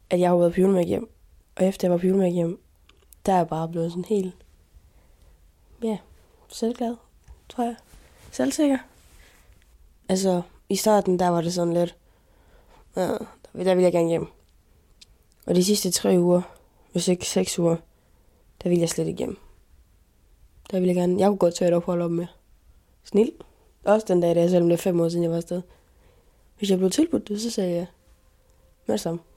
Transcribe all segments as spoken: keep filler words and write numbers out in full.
at jeg har været på julemærke hjem. Og efter jeg var på julemærke hjem, der er jeg bare blevet sådan helt, ja, selvglad, tror jeg. Selvsikker. Altså, i starten, der var det sådan lidt, ja, der ville jeg gerne hjem. Og de sidste tre uger, hvis ikke seks uger, der ville jeg slet ikke hjem. Der ville jeg gerne, jeg kunne godt tage et ophold op med. Snil. Også den dag, da jeg, selvom det er fem år siden, jeg var afsted. Hvis jeg blev tilbudt det, så sagde jeg med det samme.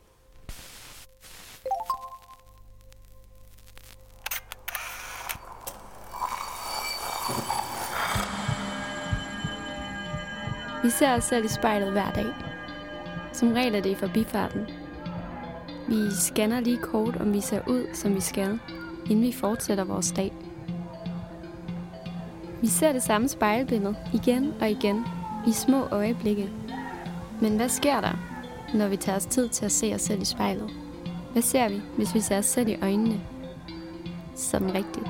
Vi ser os selv i spejlet hver dag. Som regel er det i forbifarten. Vi scanner lige kort, om vi ser ud, som vi skal, inden vi fortsætter vores dag. Vi ser det samme spejlbillede igen og igen, i små øjeblikke. Men hvad sker der, når vi tager os tid til at se os selv i spejlet? Hvad ser vi, hvis vi ser os selv i øjnene? Sådan rigtigt.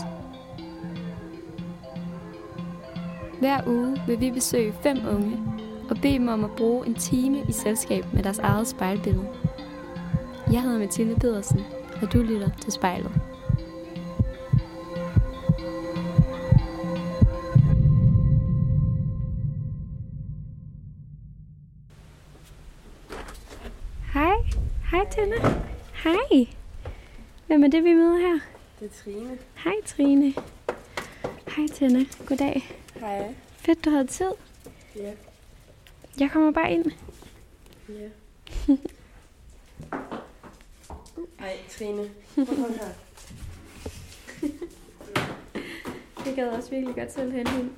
Hver uge vil vi besøge fem unge og bede dem om at bruge en time i selskab med deres eget spejlbillede. Jeg hedder Mathilde Pedersen, og du lytter til Spejlet. Hej. Hej, Tine. Hej. Hvem er det, vi møder her? Det er Trine. Hej, Trine. Hej, Tine. Goddag. Hej. Fedt, du havde tid. Ja. Jeg kommer bare ind. Ja. Hej, Trine. Kom her. Det gad også virkelig godt selv hen hende.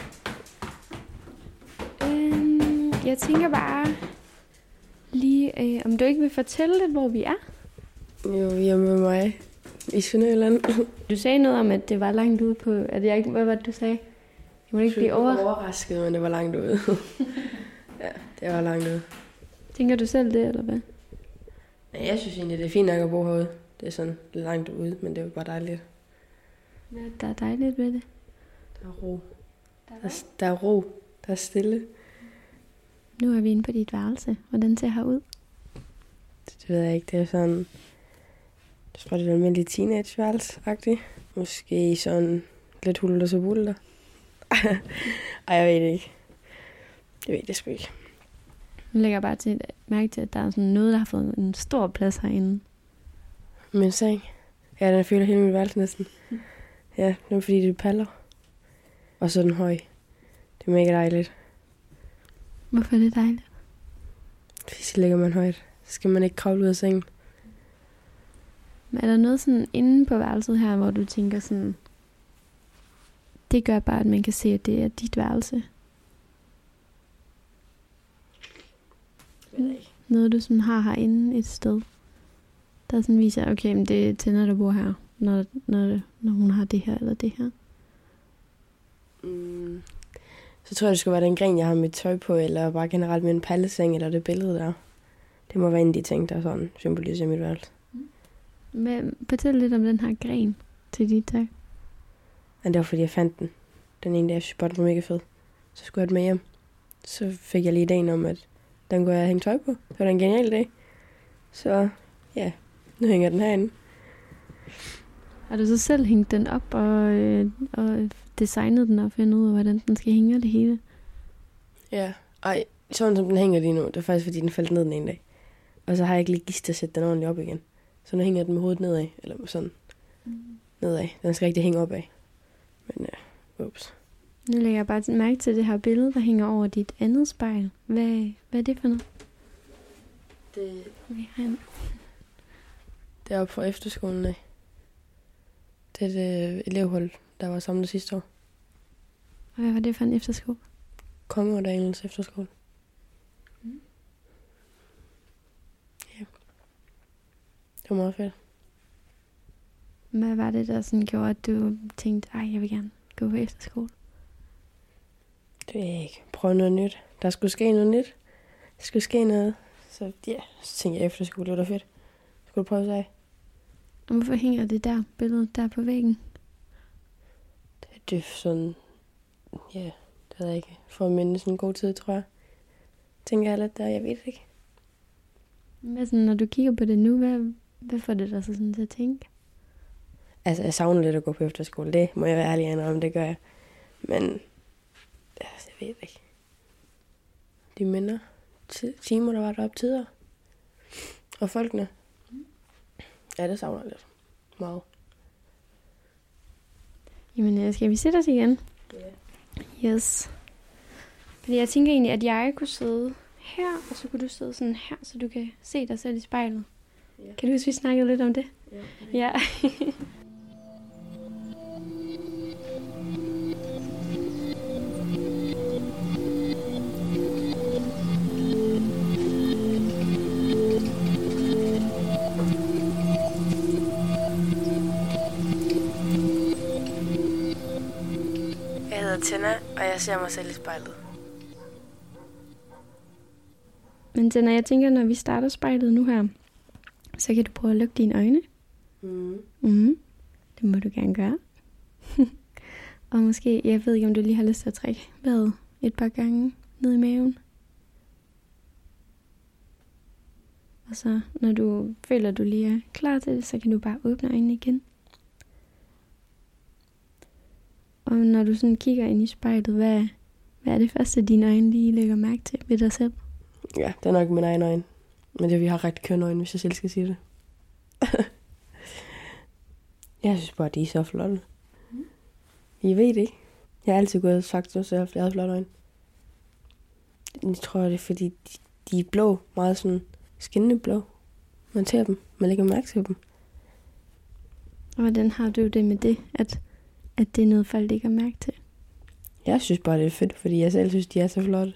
Øhm, jeg tænker bare lige, øh, om du ikke vil fortælle lidt, hvor vi er? Jo, vi er med mig i Sønderjylland. Du sagde noget om, at det var langt ude på... Er det ikke, hvad var det, du sagde? Jeg må ikke blive over... overrasket, men det var langt ude. Ja, det var langt ude. Tænker du selv det, eller hvad? Ja, jeg synes egentlig, det er fint nok at bo herude. Det er sådan lidt langt ude, men det er jo bare dejligt. Ja, der er dejligt ved det. Der er ro. Der er, der er ro. Der er stille. Nu er vi inde på dit værelse. Hvordan ser det her ud? Det ved jeg ikke. Det er sådan... Jeg tror, det er en almindelig teenageværelse-agtigt. Måske sådan lidt hulter og så bulter. Ej, jeg ved det ikke. Jeg ved det sgu ikke. Jeg lægger bare til, mærke til, at der er sådan noget, der har fået en stor plads herinde. Min seng? Ja, den fylder hele min værelse næsten. Ja, det er fordi, det er paller. Og så er den høj. Det er mega dejligt. Hvorfor er det dejligt? Fordi så ligger man højt. Så skal man ikke kravle ud af sengen. Men er der noget sådan inde på værelset her, hvor du tænker sådan... Det gør bare, at man kan se, at det er dit værelse. Noget, du sådan har herinde et sted. Der sådan viser, okay, men det er Tænder, der bor her. Når, når, når hun har det her eller det her. Mm. Så tror jeg, det skulle være den gren, jeg har mit tøj på. Eller bare generelt med en palleseng. Eller det billede der. Det må være en af de ting, der sådan symboliserer mit værelse. Men fortæl lidt om den her gren til dit tøj. Men det var fordi, jeg fandt den. Den ene dag, jeg synes bare, den var mega fed. Så skulle jeg have den med hjem. Så fik jeg lige ideen om, at den kunne jeg hænge tøj på. Det var en genial dag. Så ja, nu hænger den herinde. Har du så selv hængt den op og, øh, og designet den og fundet ud af, hvordan den skal hænge det hele? Ja, ej, sådan som den hænger lige nu, det er faktisk fordi, den faldt ned den ene dag. Og så har jeg ikke lige gist til at sætte den ordentligt op igen. Så nu hænger jeg den med hovedet nedad, eller sådan mm. nedad. Den skal rigtig hænge opad. Men ja, ups. Nu lægger jeg bare mærke til det her billede, der hænger over dit andet spejl. Hvad, hvad er det for noget? Det, okay, det er oppe fra efterskolen af. Det er det elevhold, der var samlet sidste år. Og hvad var det for en efterskole? Kongeårdalens efterskole. Mm. Ja. Det var meget fedt. Hvad var det, der sådan gjorde, at du tænkte, ej, jeg vil gerne gå på efterskole? Det ved jeg ikke. Prøve noget nyt. Der skulle ske noget nyt. Der skulle ske noget. Så ja, så tænkte jeg efterskole, det var da fedt. Skulle du prøve at sige? Og hvorfor hænger det der billede der på væggen? Det, det er sådan, ja, det ved jeg ikke. For at minde sådan en god tid, tror jeg. Tænker jeg lidt der, jeg ved det ikke. Hvad sådan, når du kigger på det nu, hvad, hvad får det dig så sådan til at tænke? Altså, jeg savner lidt at gå på efterskole. Det må jeg være ærlig om, det gør jeg. Men, altså, jeg ved ikke. De minder t- timer, der var deroppe tidligere. Og folkene. Ja, det savner jeg lidt. Meget. Jamen, skal vi sætte os igen? Ja. Yeah. Yes. Fordi jeg tænker egentlig, at jeg kunne sidde her, og så kunne du sidde sådan her, så du kan se dig selv i spejlet. Yeah. Kan du huske, vi snakkede lidt om det? Yeah. Ja. Jeg hedder Tina, og jeg ser mig selv i spejlet. Men Tina, jeg tænker, når vi starter spejlet nu her, så kan du prøve at lukke dine øjne. Mm. Mm. Det må du gerne gøre. Og måske, jeg ved ikke, om du lige har lyst til at trække vejret et par gange ned i maven. Og så, når du føler, at du lige er klar til det, så kan du bare åbne øjnene igen. Og når du sådan kigger ind i spejlet, hvad, hvad er det første, dine øjne lige lægger mærke til ved dig selv? Ja, det er nok mine egne øjne. Men det vi har ret kønne øjne, hvis jeg selv skal sige det. Jeg synes bare, de er så flotte. Mm. I ved det ikke. Jeg har altid gået og sagt til mig selv, at jeg havde flotte øjne. Jeg tror, det er fordi, de, de er blå. Meget sådan skinnende blå. Man ser dem. Man lægger mærke til dem. Og hvordan har du det med det, at, at det er noget, folk lægger mærke til? Jeg synes bare, det er fedt, fordi jeg selv synes, de er så flotte.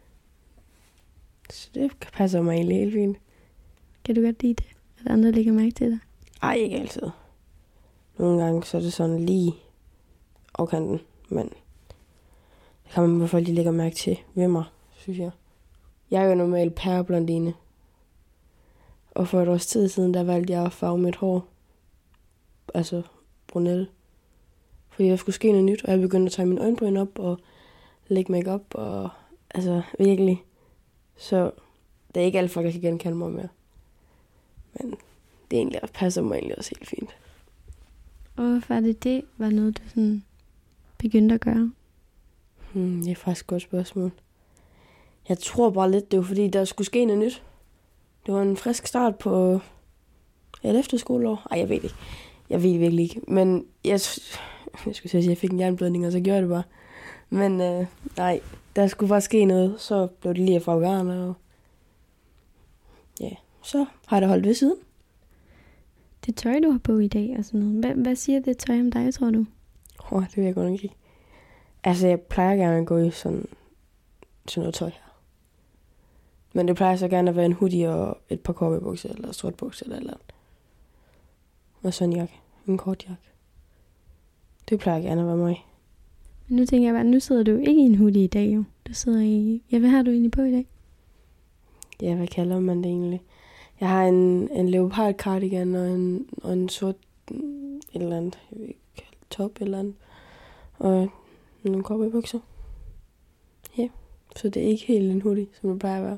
Så det passer mig egentlig helt fint. Kan du godt lide det, at andre lægger mærke til dig? Ej, ikke altid. Nogle gange så er det sådan lige overkanten, men det kan man i hvert fald lige lægge mærke til ved mig, synes jeg. Jeg er jo normalt pæreblondine. Og for et års tid siden, der valgte jeg at farve mit hår. Altså brunette. Fordi der skulle ske noget nyt, og jeg begyndte at tage min øjenbryn op og lægge make-up og altså virkelig. Så det er ikke alle folk, der kan genkende mig mere. Men det er egentlig, passer mig egentlig også helt fint. Og hvorfor er det det, var noget, du sådan begyndte at gøre? Hmm, det er faktisk et godt spørgsmål. Jeg tror bare lidt, det var fordi, der skulle ske noget nyt. Det var en frisk start på et efterskoleår. Ej, jeg ved ikke. Jeg ved det virkelig ikke. Men jeg, jeg skulle sige, at jeg fik en hjerneblødning, og så gjorde jeg det bare. Men øh, nej, der skulle bare ske noget. Så blev det lige af farvegarn, og ja, så har jeg da holdt ved siden. Det tøj, du har på i dag og sådan noget. Hvad, hvad siger det tøj om dig, tror du? Åh, oh, det vil jeg godt nok ikke. Altså, jeg plejer gerne at gå i sådan, sådan noget tøj her. Men det plejer så gerne at være en hoodie og et par cowboybukser, eller sort bukser, eller eller andet. Og sådan en jakke. En kort jakke. Det plejer gerne at være mig. Men nu tænker jeg bare, nu sidder du ikke i en hoodie i dag, jo. Du sidder i... Ja, hvad har du egentlig på i dag? Ja, hvad kalder man det egentlig? Jeg har en, en leopard cardigan og en, og en sort et eller andet, jeg vil ikke kalde top eller andet. Og nogle cowboybukser. Ja, så det er ikke helt en hoodie, som det plejer at være.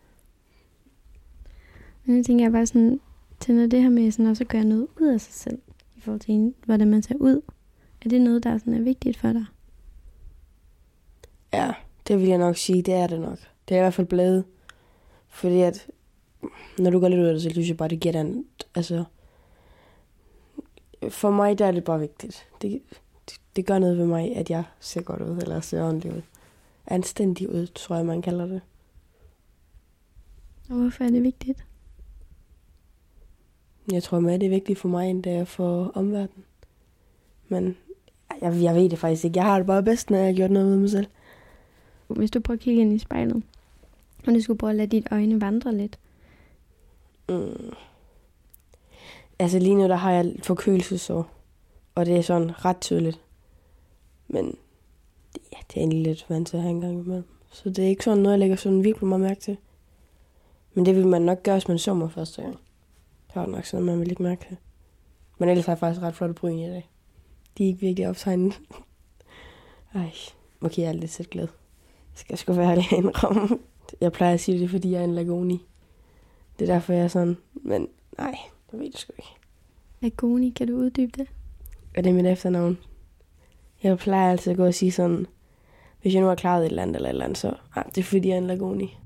Men nu tænker jeg bare sådan, til når det her med sådan også at gøre noget ud af sig selv, i forhold til en, hvordan man ser ud, er det noget, der sådan er vigtigt for dig? Ja, det vil jeg nok sige, det er det nok. Det er i hvert fald blevet. Fordi at, når du går lidt ud af det, så synes jeg bare, det giver dig en, altså, for mig, der er det bare vigtigt. Det, det, det gør noget ved mig, at jeg ser godt ud, eller ser ordentligt ud. Anstændig ud, tror jeg, man kalder det. Og hvorfor er det vigtigt? Jeg tror mere, det er vigtigt for mig, end det er for omverdenen. Men jeg, jeg ved det faktisk ikke. Jeg har det bare bedst, når jeg har gjort noget med mig selv. Hvis du prøver at kigge ind i spejlet, og du skulle prøve at lade dit øjne vandre lidt. Mm. Altså lige nu, der har jeg forkølelsesår. Og det er sådan ret tydeligt. Men ja, det er egentlig lidt vant til at have en gang imellem. Så det er ikke sådan noget, jeg lægger sådan virkelig meget mærke til. Men det vil man nok gøre, hvis man så mig første gang. Det var nok sådan, man vil ikke mærke det. Men ellers har jeg faktisk ret flotte bryn i dag. De er ikke virkelig optegnet. Ej, okay, jeg er lidt sæt glad. Jeg skal sgu være ærlig indrømme. Jeg plejer at sige det, fordi jeg er en lagoni. Det er derfor, jeg er sådan, men nej, det ved jeg sgu ikke. Lagoni, kan du uddybe det? Og det er mit efternavn. Jeg plejer altid at gå og sige sådan, hvis jeg nu har klaret et eller andet eller et eller andet, så ah, det er fordi, jeg er en Lagoni.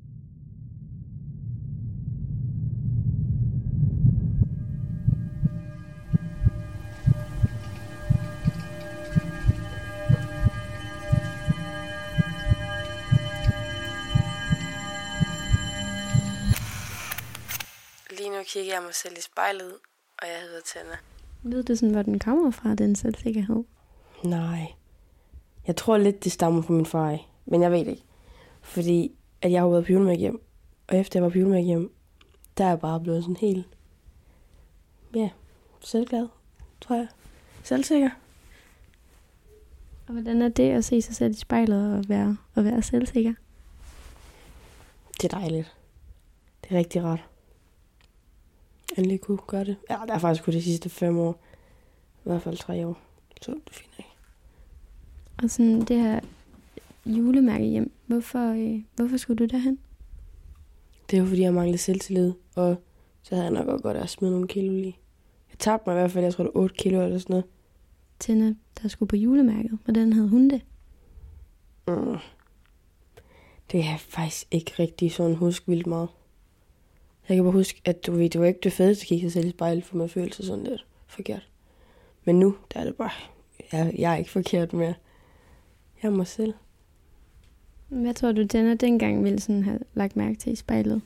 Lige nu kigger jeg mig selv i spejlet, og jeg hedder Tanna. Ved du sådan, hvor den kommer fra, den selvsikkerhed? Nej. Jeg tror lidt, det stammer fra min far, men jeg ved det ikke. Fordi at jeg har været på julemærke hjem, og efter jeg var på julemærke hjem, der er jeg bare blevet sådan helt, ja, selvglad, tror jeg. Selvsikker. Og hvordan er det at se sig selv i spejlet og være, og være selvsikker? Det er dejligt. Det er rigtig rart. Endelig kunne gøre det. Ja, det er faktisk kun de sidste fem år. I hvert fald tre år. Så det er fint, ikke? Og sådan det her julemærke hjem, hvorfor, øh, hvorfor skulle du derhen? Det er jo fordi, jeg manglede selvtillid. Og så havde jeg nok også godt at smide nogle kilo lige. Jeg tabte mig i hvert fald, jeg tror det var otte kilo eller sådan noget. Tina, der skulle på julemærket. Hvordan havde hun det? Mm. Det er faktisk ikke rigtig sådan husk vildt meget. Jeg kan bare huske, at du ved, det var ikke det fedeste at kigge sig selv i spejlet, for man følte sig sådan lidt forkert. Men nu, der er det bare, jeg, jeg er ikke forkert mere. Jeg er mig selv. Hvad tror du, Tina dengang ville sådan have lagt mærke til i spejlet?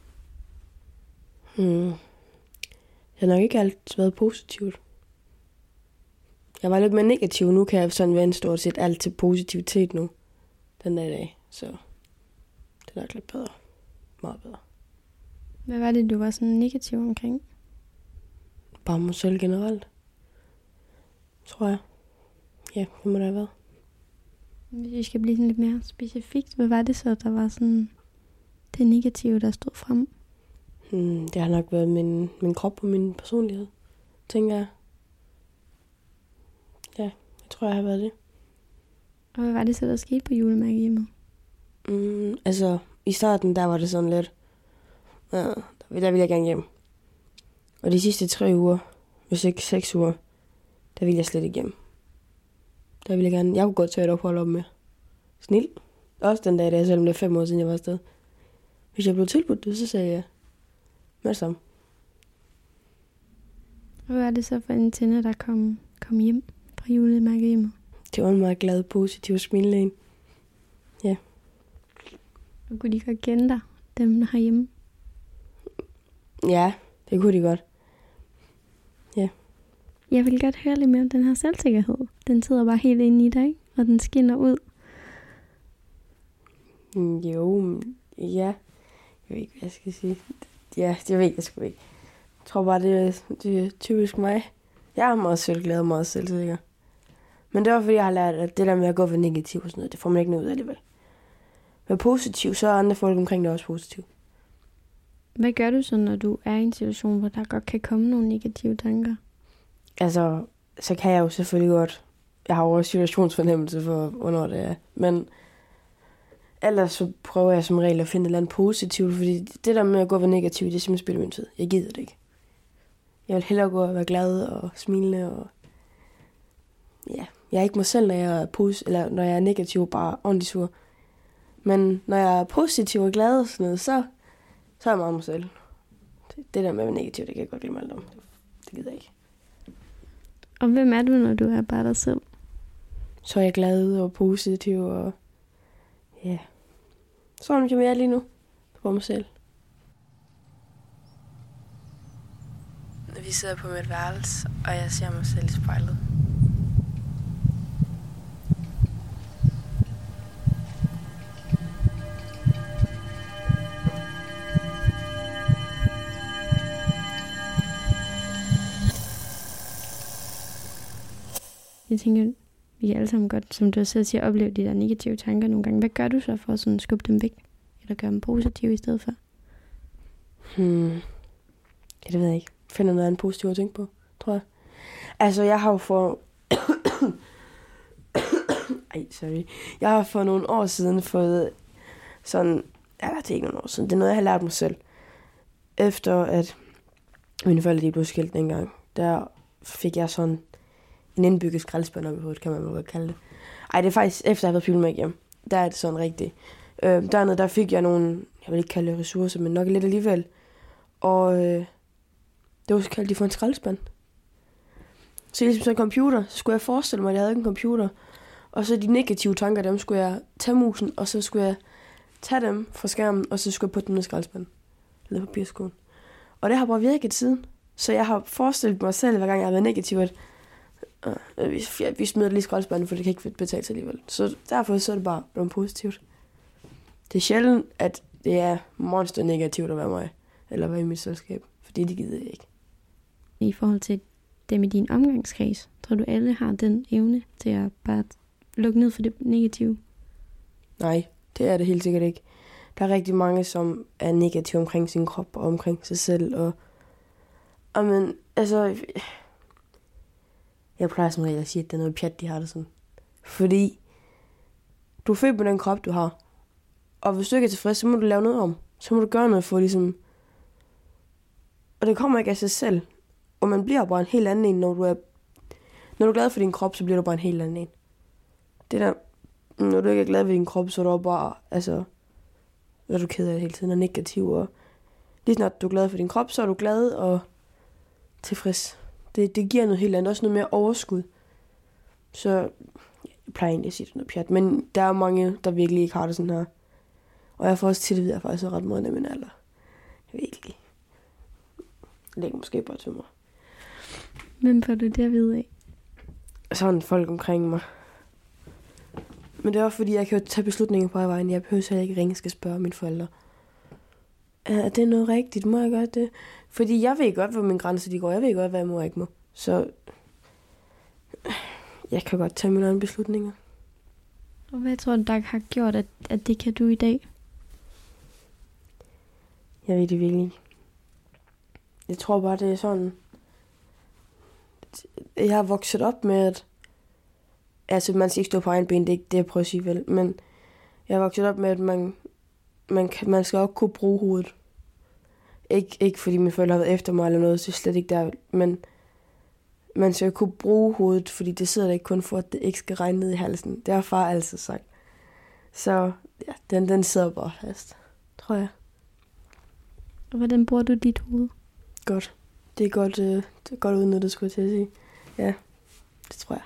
Hmm. Jeg har nok ikke altid været positivt. Jeg var lidt mere negativ. Nu kan jeg sådan vende stort set alt til positivitet nu. Den der dag. Så det er nok lidt bedre. Meget bedre. Hvad var det, du var sådan negativ omkring? Bare mig selv generelt. Tror jeg. Ja, det må det have været. Hvis vi skal blive sådan lidt mere specifikt, hvad var det så, der var sådan det negative, der stod frem? Hmm, det har nok været min, min krop og min personlighed, tænker jeg. Ja, jeg tror, jeg har været det. Og hvad var det så, der skete på julemærket hjemme? Mm, altså, i starten, der var det sådan lidt, ja, der ville jeg gerne hjem. Og de sidste tre uger, hvis ikke seks uger, der ville jeg slet ikke hjem. Der ville jeg gerne, jeg kunne godt tage et ophold op med. Snil. Også den dag, der, selvom det er fem år siden, jeg var afsted. Hvis jeg blev tilbudt det, så sagde jeg med det samme. Hvad var det så for en Tina, der kom, kom hjem fra julemærket hjemme? Det var en meget glad, positiv, smilende en. Ja. Og kunne de godt kende dig, dem herhjemme? Ja, det kunne de godt. Ja. Jeg vil godt høre lidt mere om den her selvsikkerhed. Den sidder bare helt inde i dig, og den skinner ud. Jo, ja. Jeg ved ikke, hvad jeg skal sige. Ja, det ved jeg sgu ikke. Jeg tror bare, det er, det er typisk mig. Jeg er meget selvglad og meget selvsikker. Men det var fordi, jeg har lært, at det der med at gå og være negativ og sådan noget, det får man ikke noget ud af alligevel. Være positiv, så er andre folk omkring dig også positive. Hvad gør du så, når du er i en situation, hvor der godt kan komme nogle negative tanker? Altså, så kan jeg jo selvfølgelig godt. Jeg har jo også situationsfornemmelse for, hvornår det er. Men ellers så prøver jeg som regel at finde et eller andet positivt, fordi det der med at gå og være negativ, det er simpelthen spil min tid. Jeg gider det ikke. Jeg vil hellere gå og være glad og smilende og ja, jeg er ikke mig selv, når jeg er pos- eller når jeg er negativ, bare ordentligt sur. Men når jeg er positiv og glad og sådan noget, så, så er jeg meget mig selv. Det, det der med at være negativ, det kan jeg godt glemme alt om. Det, det gider jeg ikke. Og hvem er du, når du er bare dig selv? Så er jeg glad og positiv og ja, sådan som jeg er lige nu på mig selv. Vi sidder på mit værelse, og jeg ser mig selv i spejlet. Jeg tænker, vi er alle sammen godt, som du selv siger, opleve de der negative tanker nogle gange. Hvad gør du så for at sådan skubbe dem væk? Eller gøre dem positive i stedet for? Hmm. Ja, det ved jeg ikke. Finder noget andet positivt at tænke på, tror jeg. Altså, jeg har jo for... Ej, sorry. Jeg har for nogle år siden fået sådan... Ja, det er ikke nogle år siden. Det er noget, jeg har lært mig selv. efter at mine forældre de blev skilt dengang, der fik jeg sådan en indbygget skraldespand op i hovedet, kan man godt kalde det. Ej, det er faktisk efter, at jeg har været på julemærke hjem. Der er det sådan rigtigt. Øh, dernede, der fik jeg nogle, jeg vil ikke kalde det ressourcer, men nok lidt alligevel. Og øh, det var så kaldt de for en skraldespand. Så ligesom sådan en computer, så skulle jeg forestille mig, at jeg havde en computer. Og så de negative tanker, dem skulle jeg tage musen, og så skulle jeg tage dem fra skærmen, og så skulle jeg putte dem ned i skraldespanden. Eller papirskålen. Og det har bare virket siden. Så jeg har forestillet mig selv, hver gang jeg har været negativ, at øh, vi, vi smider det lige i skraldespanden, for det kan ikke betale sig alligevel. Så derfor så er det bare blevet positivt. Det er sjældent, at det er monster negativt at være mig, eller være i mit selskab, fordi det gider jeg ikke. I forhold til det med din omgangskreds, tror du alle har den evne til at bare lukke ned for det negative? Nej, det er det helt sikkert ikke. Der er rigtig mange, som er negative omkring sin krop og omkring sig selv. Og, og men, altså, jeg plejer som regel at sige, at det er noget pjat, de har det sådan. Fordi du er født på den krop, du har. Og hvis du ikke er tilfreds, så må du lave noget om. Så må du gøre noget for ligesom... Og det kommer ikke af sig selv. Og man bliver bare en helt anden en, når du er... Når du er glad for din krop, så bliver du bare en helt anden en. Det der... Når du ikke er glad for din krop, så er du bare... Altså... Så er du ked af det hele tiden og negativ. Og lige snart du er glad for din krop, så er du glad og tilfreds. Det, det giver noget helt andet. Også noget mere overskud. Så... Jeg plejer egentlig at sige, det noget pjat. Men der er mange, der virkelig ikke har det sådan her. Og jeg får også tit at vide, at jeg faktisk er ret meget af min alder. Jeg ved ikke. Lægger måske bare til mig. Hvem får du det at vide af? Sådan folk omkring mig. Men det er også fordi, jeg kan jo tage beslutninger på vejen. Jeg behøver heller ikke ringe og skal spørge mine forældre. Er det noget rigtigt? Må jeg gøre det? Fordi jeg ved godt, hvor mine grænser de går. Jeg ved godt, hvad jeg må og ikke må. Så jeg kan godt tage mine egne beslutninger. Og hvad tror du, der har gjort, at, at det kan du i dag? Jeg ved det virkelig ikke. Jeg tror bare, det er sådan... Jeg har vokset op med, at... Altså, man skal ikke stå på egen ben, det er ikke det, jeg prøver at sige vel. Men jeg har vokset op med, at man, man, kan, man skal også kunne bruge hovedet. Ikke, ikke fordi mine forældre har været efter mig eller noget, så slet ikke der. Men man skal kunne bruge hovedet, fordi det sidder der ikke kun for, at det ikke skal regne ned i halsen. Det har far altid sagt. Så ja, den, den sidder bare fast, tror jeg. Og hvordan bruger du dit hoved? Godt. Det er godt, øh, det er godt udnyttet, skulle jeg til at sige. Ja, det tror jeg.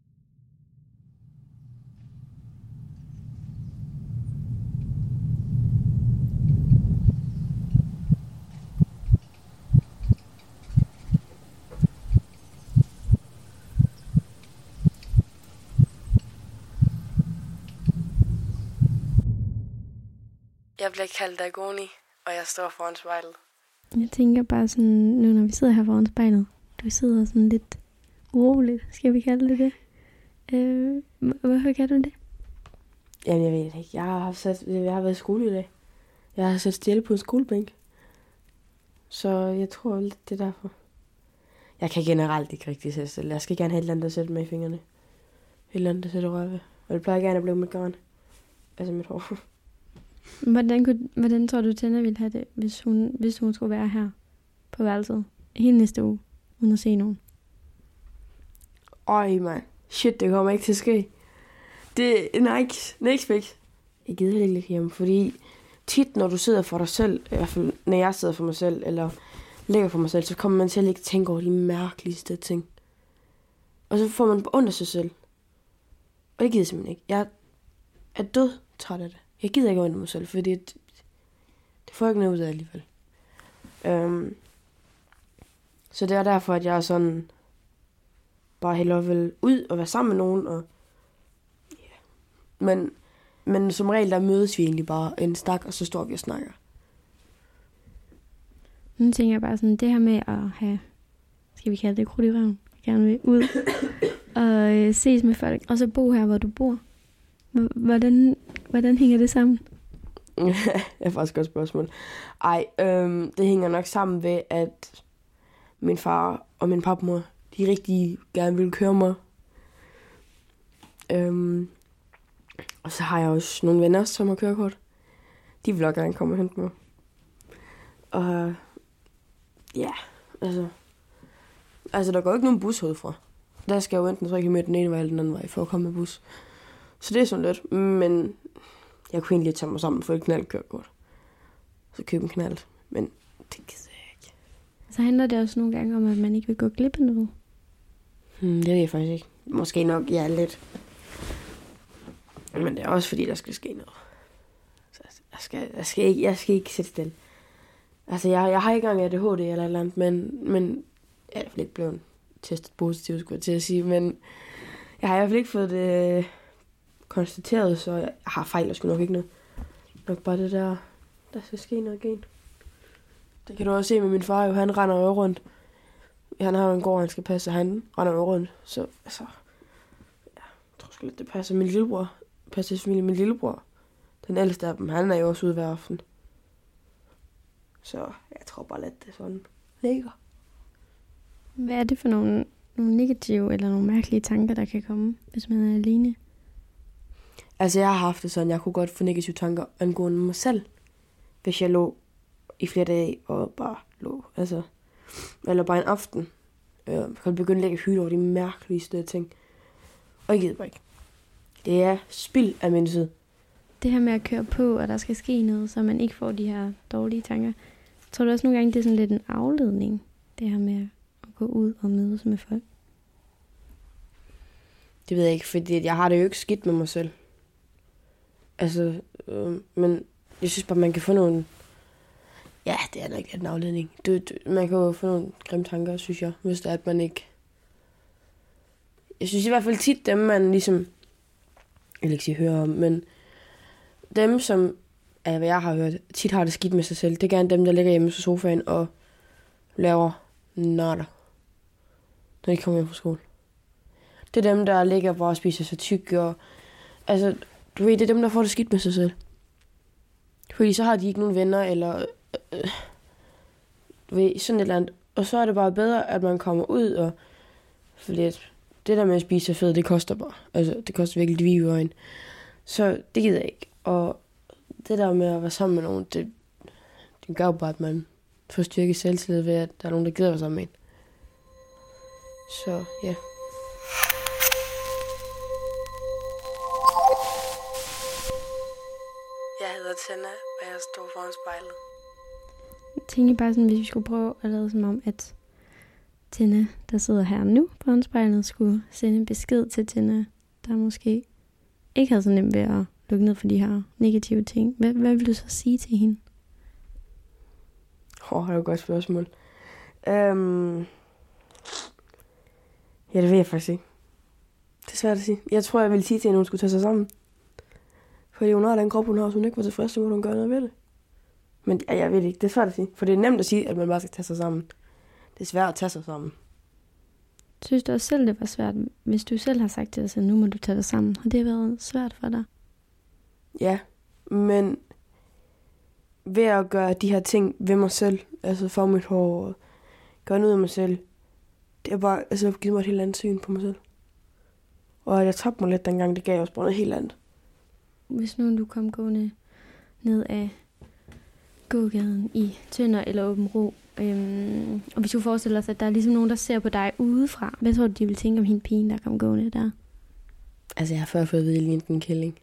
Jeg bliver kaldt Dagoni, og jeg står foran spejlet. Jeg tænker bare sådan, nu når vi sidder her foran spejlet, du sidder sådan lidt uroligt, skal vi kalde det det? Øh, hvorfor kan du det? Jamen, jeg ved det ikke. Jeg har, sat, jeg har været i skole i dag. Jeg har sat stjæle på en skolebænk. Så jeg tror lidt, det er derfor. Jeg kan generelt ikke rigtig sætte stille. Jeg skal gerne have et eller andet, der sætter mig i fingrene. Et eller andet, der sætter rør ved. Og det plejer gerne at blive mit garn. Altså mit hår. Hvordan, kunne, hvordan tror du, Tænder ville have det, hvis hun, hvis hun skulle være her på værelset hele næste uge, uden at se nogen? Øj, mand. Shit, det kommer ikke til at ske. Det er niks. Niks væk. Jeg gider heller ikke lidt hjemme, fordi tit, når du sidder for dig selv, i hvert fald når jeg sidder for mig selv, eller ligger for mig selv, så kommer man til at ikke tænke over de mærkeligste ting. Og så får man under sig selv. Og det gider jeg simpelthen ikke. Jeg er død træt af det. Jeg gider ikke under mig selv, fordi det, det får jeg ikke noget ud af alligevel. Um, så det er derfor, at jeg er sådan bare hellere vil ud og være sammen med nogen. Og, yeah. men, men som regel, der mødes vi egentlig bare en snak, og så står vi og snakker. Nu tænker jeg bare sådan, det her med at have, skal vi kalde det krudt i røven, jeg gerne vil ud og øh, ses med folk, og så bo her, hvor du bor. Hvordan, hvordan hænger det sammen? Det er faktisk et godt spørgsmål. Ej, øhm, det hænger nok sammen ved, at min far og min papmor, de rigtig gerne vil køre mig. Øhm, og så har jeg også nogle venner, som har kørekort. De vil også gerne komme og hente mig. Og Ja, altså... Altså, der går ikke nogen bus herudefra. Der skal jeg jo enten tre kilometer den ene vej eller den anden vej for at komme med bus. Så det er sådan lidt. Men jeg kunne egentlig tage mig sammen for et knaldkørekort. Så købe en knald. Men det gider jeg ikke. Så handler det også nogle gange om, at man ikke vil gå glip af noget? Hmm, det ved jeg faktisk ikke. Måske nok, ja, lidt. Men det er også fordi, der skal ske noget. Så jeg skal, jeg skal, ikke, jeg skal ikke sætte stille. Altså, jeg, jeg har ikke engang A D H D eller et eller andet, men, men jeg er i hvert fald ikke blevet testet positivt, skulle jeg til at sige. Men jeg har i hvert fald ikke fået det konstateret, så jeg har fejl og sgu nok ikke noget. Nok bare det der, der skal ske noget gen. Det kan du også se med min far, jo. Han render jo rundt. Han har jo en gård, han skal passe, og han render jo rundt. Så altså, ja, jeg tror sgu lidt, det passer. Min lillebror, passer familie. Min lillebror, den ældste af dem, han er jo også ude hver aften. Så jeg tror bare lidt, det er sådan ligger. Hvad er det for nogle, nogle negative eller nogle mærkelige tanker, der kan komme, hvis man er alene? Altså, jeg har haft det sådan, jeg kunne godt få negative tanker angående mig selv, hvis jeg lå i flere dage og bare lå, altså, eller bare en aften. Jeg kan begynde at lægge hylde over de mærkeligste ting. Og jeg gider bare ikke. Det er spild af min tid. Det her med at køre på, og der skal ske noget, så man ikke får de her dårlige tanker. Tror du også nogle gange, det er sådan lidt en afledning, det her med at gå ud og mødes med folk? Det ved jeg ikke, fordi jeg har det jo ikke skidt med mig selv. Altså, øh, men jeg synes bare, man kan få nogle... Ja, det er nok lidt en afledning. Du, du, man kan jo få nogle grimme tanker, synes jeg, hvis det er, at man ikke... Jeg synes i hvert fald tit, dem man ligesom... Jeg vil ikke sige hører om, men... Dem, som... Ja, hvad jeg har hørt, tit har det skidt med sig selv. Det er gerne dem, der ligger hjemme på sofaen og laver natter, når de kommer hjem fra skole. Det er dem, der ligger bare og spiser sig tyk, og... Altså, du ved, det er dem, der får det skidt med sig selv. Fordi så har de ikke nogen venner, eller... Øh, du ved, sådan et eller andet. Og så er det bare bedre, at man kommer ud, og... Fordi det der med at spise sig fed, det koster bare. Altså, det koster virkelig det hvide øjne. Så det gider jeg ikke. Og det der med at være sammen med nogen, det, det gør bare, at man får styrket selvtillid ved, at der er nogen, der gider være sammen med en. Så, ja. Jeg hedder Tina, og jeg står foran spejlet. Jeg tænker bare sådan, hvis vi skulle prøve at lade som om, at Tina, der sidder her nu foran spejlet, skulle sende en besked til Tina, der måske ikke havde så nemt ved at lukke ned for de her negative ting. Hvad, hvad vil du så sige til hende? Åh, oh, det er et godt spørgsmål. Um... Ja, det ved jeg faktisk ikke. Det er svært at sige. Jeg tror, jeg ville sige til hende, at hun skulle tage sig sammen. Fordi hun har den krop, hun har, så hun ikke var tilfreds, så må hun gøre noget ved det. Men ja, jeg ved det ikke. Det er svært at sige. For det er nemt at sige, at man bare skal tage sig sammen. Det er svært at tage sig sammen. Synes du også selv, det var svært, hvis du selv har sagt til dig, så nu må du tage dig sammen? Har det været svært for dig? Ja, men ved at gøre de her ting ved mig selv, altså for mit hår og gøre noget af mig selv, det er bare, altså givet mig et helt andet syn på mig selv. Og at jeg tabte mig lidt dengang, det gav også bare noget helt andet. Hvis nu du kom gående ned af gågaden i Tønder eller Aabenraa, øhm, og hvis du forestiller dig, at der er ligesom nogen, der ser på dig udefra, hvad tror du, de vil tænke om hende pigen, der kom gående der? Altså, jeg har før fået at vide, at jeg lignede en kælling.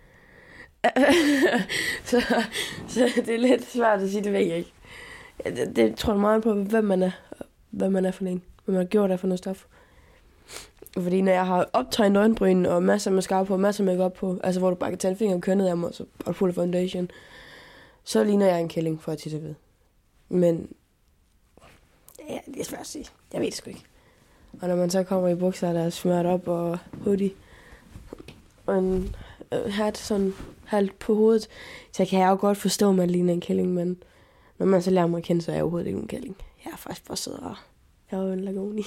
så, så det er lidt svært at sige, det ved jeg ikke. Det, det tror jeg meget på, hvem man er, hvad man er for en, hvad man har gjort af for noget stof. Fordi når jeg har optegnet øjenbryn og masser af mascara på, masser af makeup på, altså hvor du bare kan tage en finger og køre ned af mig, og så har du fuld foundation, så ligner jeg en kælling, for at tit at vide. Men ja, det er svært at sige. Jeg ved det sgu ikke. Og når man så kommer i bukser, der er smørt op og hoodie, og en øh, hat sådan halvt på hovedet, så kan jeg jo godt forstå, at man ligner en kælling, men når man så lærer mig at kende, så er jeg overhovedet ikke en kælling. Jeg er faktisk bare sød og jeg er jo en lagoni.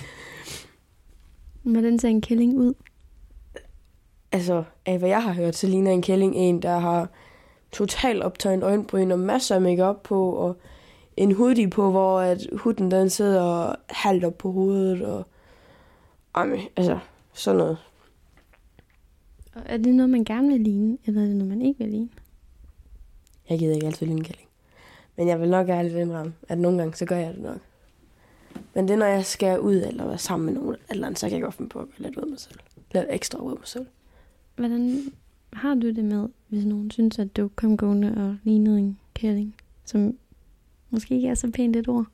Hvordan ser en kælling ud? Altså, af hvad jeg har hørt, så ligner en kælling en, der har totalt optaget øjenbryn og masser af makeup på, og en hoodie på, hvor at huden den sidder halvt op på hovedet, og Jamen, altså, sådan noget. Og er det noget, man gerne vil ligne, eller er det noget, man ikke vil ligne? Jeg gider ikke altid ligne en kælling. Men jeg vil nok ærligt indrømme, at nogle gange, så gør jeg det nok. Men det er, når jeg skal ud eller være sammen med nogen, eller andet, så kan jeg godt finde på at gøre lidt ud af mig selv. Lidt ekstra ud af mig selv. Hvordan har du det med, hvis nogen synes, at du kom gående og lignede en kælling, som måske ikke er så pænt et ord?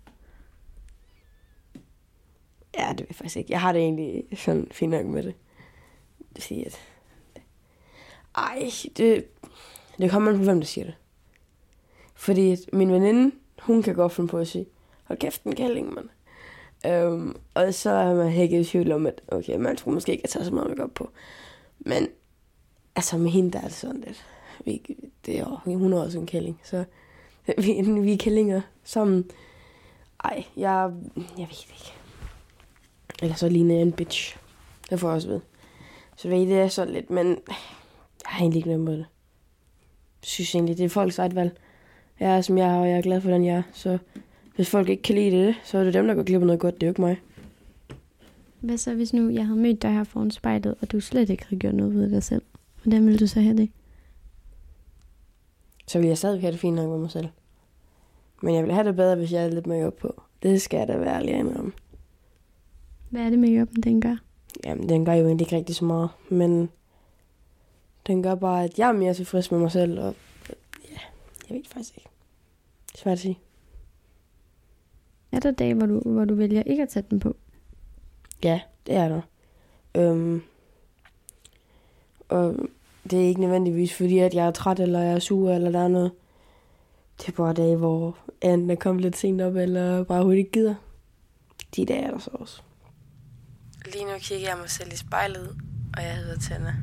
Ja, det vil jeg faktisk ikke. Jeg har det egentlig sådan fint nok med det. Det siger, at... Ej, det... Det kommer man på, hvem der siger det. Fordi min veninde, hun kan godt finde på at sige, hold kæft, en kælling, mand. Um, og så er man ikke i tvivl om, at okay, man skulle måske ikke tage så meget makeup på. Men altså med hende, der er det sådan lidt. Vi, det er jo, hun er også en kælling, så vi, vi er kællinger sammen. Ej, jeg, jeg ved ikke. Eller så ligner jeg en bitch. Det får jeg også ved. Så ved I, det er sådan lidt, men jeg har egentlig ikke noget med det. Jeg synes egentlig, det er folks eget valg. Jeg er, som jeg er, og jeg er glad for, den jeg er. Så hvis folk ikke kan lide det, så er det dem, der går glip af noget godt. Det er jo ikke mig. Hvad så, hvis nu jeg havde mødt dig her foran spejlet, og du slet ikke havde gjort noget ved dig selv? Hvordan ville du så have det? Så ville jeg stadig have det fint nok med mig selv. Men jeg ville have det bedre, hvis jeg havde lidt makeup på. Det skal jeg da være ærlig om. Hvad er det make-up'en, den gør? Jamen, den gør jo egentlig ikke rigtig så meget. Men den gør bare, at jeg er mere tilfreds med mig selv. Og ja, jeg ved faktisk ikke. Det er svært at sige. Er der dage, hvor du, hvor du vælger ikke at tage den på? Ja, det er der. Øhm, og det er ikke nødvendigvis fordi, at jeg er træt, eller jeg er sur, eller der er noget. Det er bare dage, hvor enten er kommet lidt sent op, eller bare hurtigt gider. De dage er der så også. Lige nu kigger jeg mig selv i spejlet, og jeg hedder Tanna.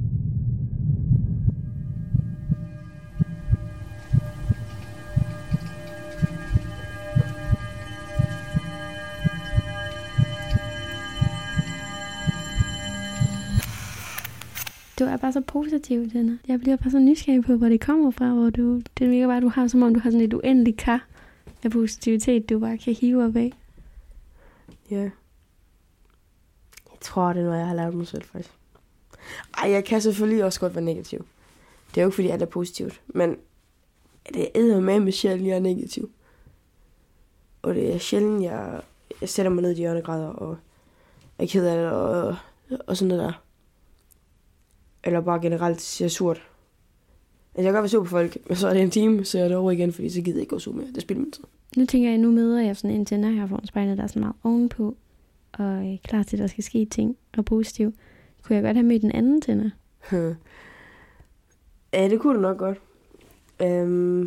Du er bare så positiv, Tanna. Jeg bliver bare så nysgerrig på, hvor det kommer fra, hvor du, det virker bare, at du har, som om du har sådan et uendeligt kar af positivitet, du bare kan hive op af. Ja. Jeg tror, det er noget, jeg har lært mig selv, faktisk. Ej, jeg kan selvfølgelig også godt være negativ. Det er jo ikke, fordi alt er positivt, men det er eddermame sjældent, jeg er negativ. Og det er sjældent, jeg, jeg sætter mig ned i hjørnegræder, og er ked af det, og, og sådan noget der. Eller bare generelt ser surt. Altså, jeg kan godt være sur på folk, men så er det en time, så er det over igen, fordi så gider jeg ikke gå sur mere. Det spilder min tid. Nu tænker jeg, nu møder jeg sådan en Tanna her foran spejlet, der er sådan meget ovenpå, og klar til, at der skal ske ting, og positiv. Kunne jeg godt have mødt en anden Tanna? Ja, det kunne du nok godt. Øhm,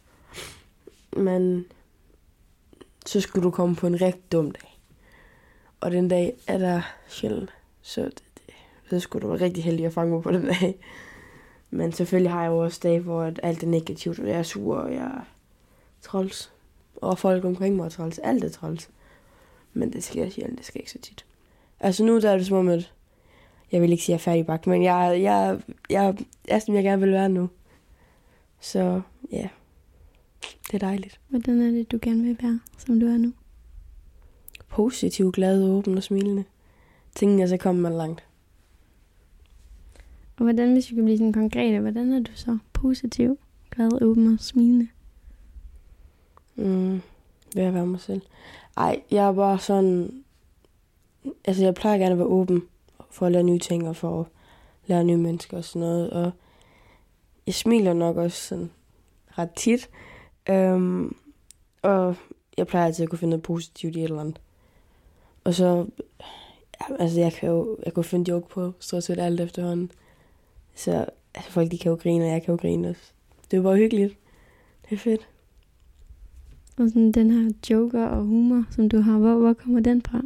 men så skulle du komme på en rigtig dum dag. Og den dag er der sjældent, så det, det, så skulle du være rigtig heldig at fange mig på den dag. Men selvfølgelig har jeg jo også dage, hvor alt er negativt, og jeg er sur, og jeg er træls. Og folk omkring mig er træls. Alt er træls. Men det sker sjældent, det sker ikke så tit. Altså nu der er det som om, at jeg vil ikke sige, at jeg er færdigbagt, men jeg, jeg, jeg er, som jeg gerne vil være nu. Så ja, det er dejligt. Hvordan er det, du gerne vil være, som du er nu? Positiv, glad, åben og smilende. Tingene er så kommet man langt. Og hvordan, hvis vi kan blive sådan konkrete, hvordan er du så positiv, glad, åben og smilende? Mm, ved at være mig selv. Ej, jeg er bare sådan... Altså, jeg plejer gerne at være åben for at lære nye ting og for at lære nye mennesker og sådan noget. Og jeg smiler nok også sådan ret tit. Øhm, og jeg plejer altid at kunne finde noget positivt i et eller andet. Og så... Ja, altså, jeg kan jo jeg kan finde joke på stort set alt efterhånden. Så altså, folk de kan jo grine, og jeg kan jo grine også. Det er bare hyggeligt. Det er fedt. Og sådan den her joker og humor, som du har, hvor, hvor kommer den fra?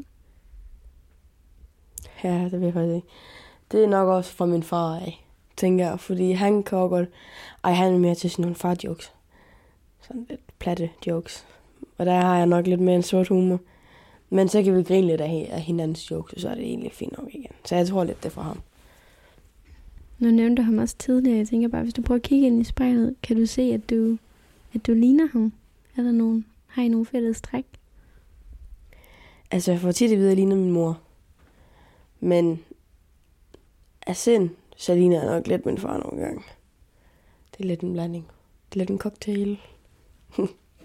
Ja, det ved jeg faktisk ikke. Det er nok også fra min far af, tænker jeg. Fordi han kan godt... Ej, han er mere til sådan nogle far-jokes. Sådan lidt platte jokes. Og der har jeg nok lidt mere en sort humor. Men så kan vi grine lidt af, af hinandens jokes, og så er det egentlig fint nok igen. Så jeg tror lidt, det er fra ham. Nu nævnte du ham også tidligere. Jeg tænker bare, hvis du prøver at kigge ind i spejlet, kan du se, at du, at du ligner ham? Er der nogen, har I nogle fælles træk? Altså, jeg får tit at vide, at jeg ligner min mor. Men af sind, så ligner jeg nok lidt min far nogle gange. Det er lidt en blanding. Det er lidt en cocktail.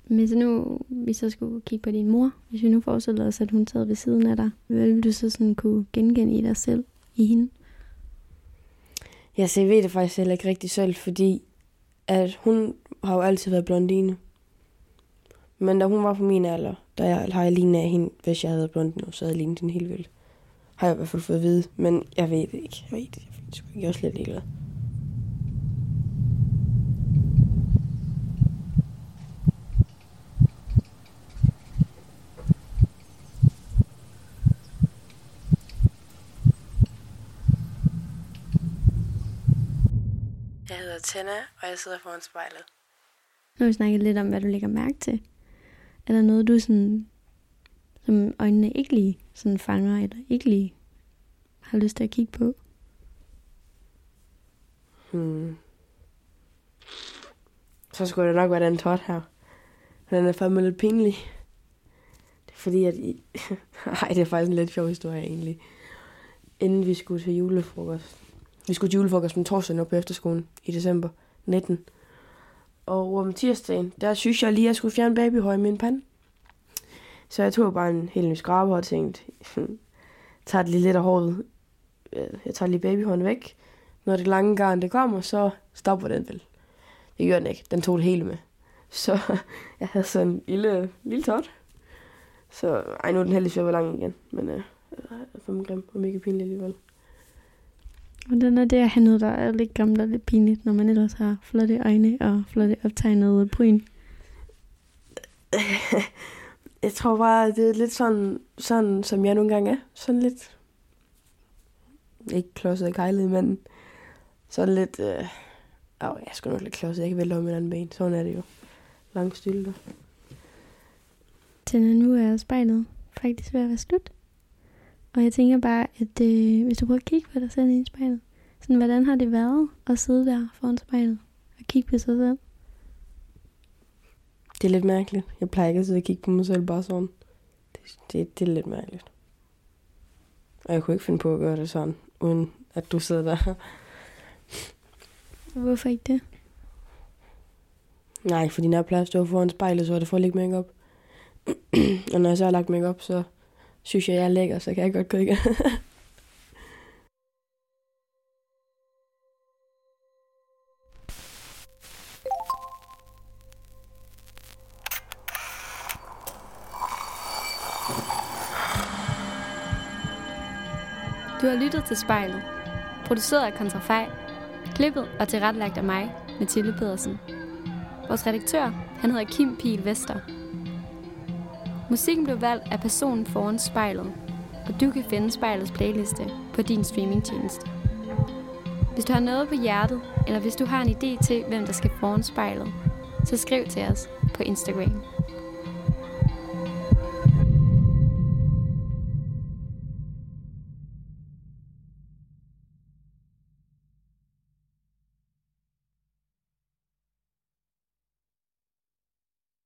Men så nu, vi så skulle kigge på din mor, hvis vi nu forestiller os, at hun sad ved siden af dig, hvad ville du så sådan kunne genkende i dig selv, i hende? Ja, så jeg ved det faktisk heller ikke rigtig selv, fordi at hun har jo altid været blondine. Men da hun var på min alder, der jeg, har jeg lignet af hende, hvis jeg havde været blond nu, så havde jeg lignet hende helt vildt. Har jeg i hvert fald fået at vide, men jeg ved det ikke. Jeg ved det, jeg ved det, jeg er også lidt ligeglad. Jeg hedder Tenna, og jeg sidder foran spejlet. Nu har vi snakket lidt om, hvad du lægger mærke til. Er der noget, du sådan, som øjnene ikke lige sådan fanger, eller ikke lige har lyst til at kigge på? Hmm. Så skulle det nok være den tot her. Den er fandme lidt pinlig. Det er fordi, at I... Ej, det er faktisk en lidt sjov historie egentlig. Inden vi skulle til julefrokost. Vi skulle til julefrokost om torsdagen op på efterskolen i december nitten. Og om tirsdagen, der synes jeg lige, at jeg skulle fjerne babyhår i min pande. Så jeg tog bare en helt ny skraber og tænkte, tager det lige lidt af håret. Jeg tager lige babyhåren væk. Når det lange garn det kommer, så stopper den vel. Det gør den ikke. Den tog det hele med. Så jeg havde sådan en lille, lille tot. Så ej, nu er den heldigvis ved at være lang igen. Men øh, jeg er for grim og mega pinlig alligevel. Hvordan er det at have noget, der er lidt grimt og lidt pinligt, når man ellers har flotte øjne og flotte optegnede bryn? Jeg tror bare, det er lidt sådan, sådan som jeg nogle gange er. Sådan lidt, ikke klodset og kejlet, men sådan lidt, øh, åh, jeg er sgu nok lidt klodset, jeg kan vælge om en anden ben. Sådan er det jo. Lang stylter. Til nu er spejlet faktisk ved at være slut. Og jeg tænker bare, at øh, hvis du prøver at kigge på dig selv i spejlet, sådan, hvordan har det været at sidde der foran spejlet og kigge på sig selv? Det er lidt mærkeligt. Jeg plejer ikke at sidde og kigge på mig selv bare sådan. Det, det, det er lidt mærkeligt. Og jeg kunne ikke finde på at gøre det sådan, uden at du sidder der. Hvorfor ikke det? Nej, fordi når jeg plejer at stå foran spejlet, så er det for at lægge make-up. Og når jeg så har lagt make-up, så synes jeg, jeg er lækker, så kan jeg godt gå igen. Du har lyttet til Spejlet. Produceret af Kontrafej. Klippet og tilrettelagt af mig, Mathilde Pedersen. Vores redaktør, han hedder Kim Pihl Vester. Musikken blev valgt af personen foran spejlet, og du kan finde Spejlets playliste på din streamingtjeneste. Hvis du har noget på hjertet, eller hvis du har en idé til, hvem der skal foran spejlet, så skriv til os på Instagram.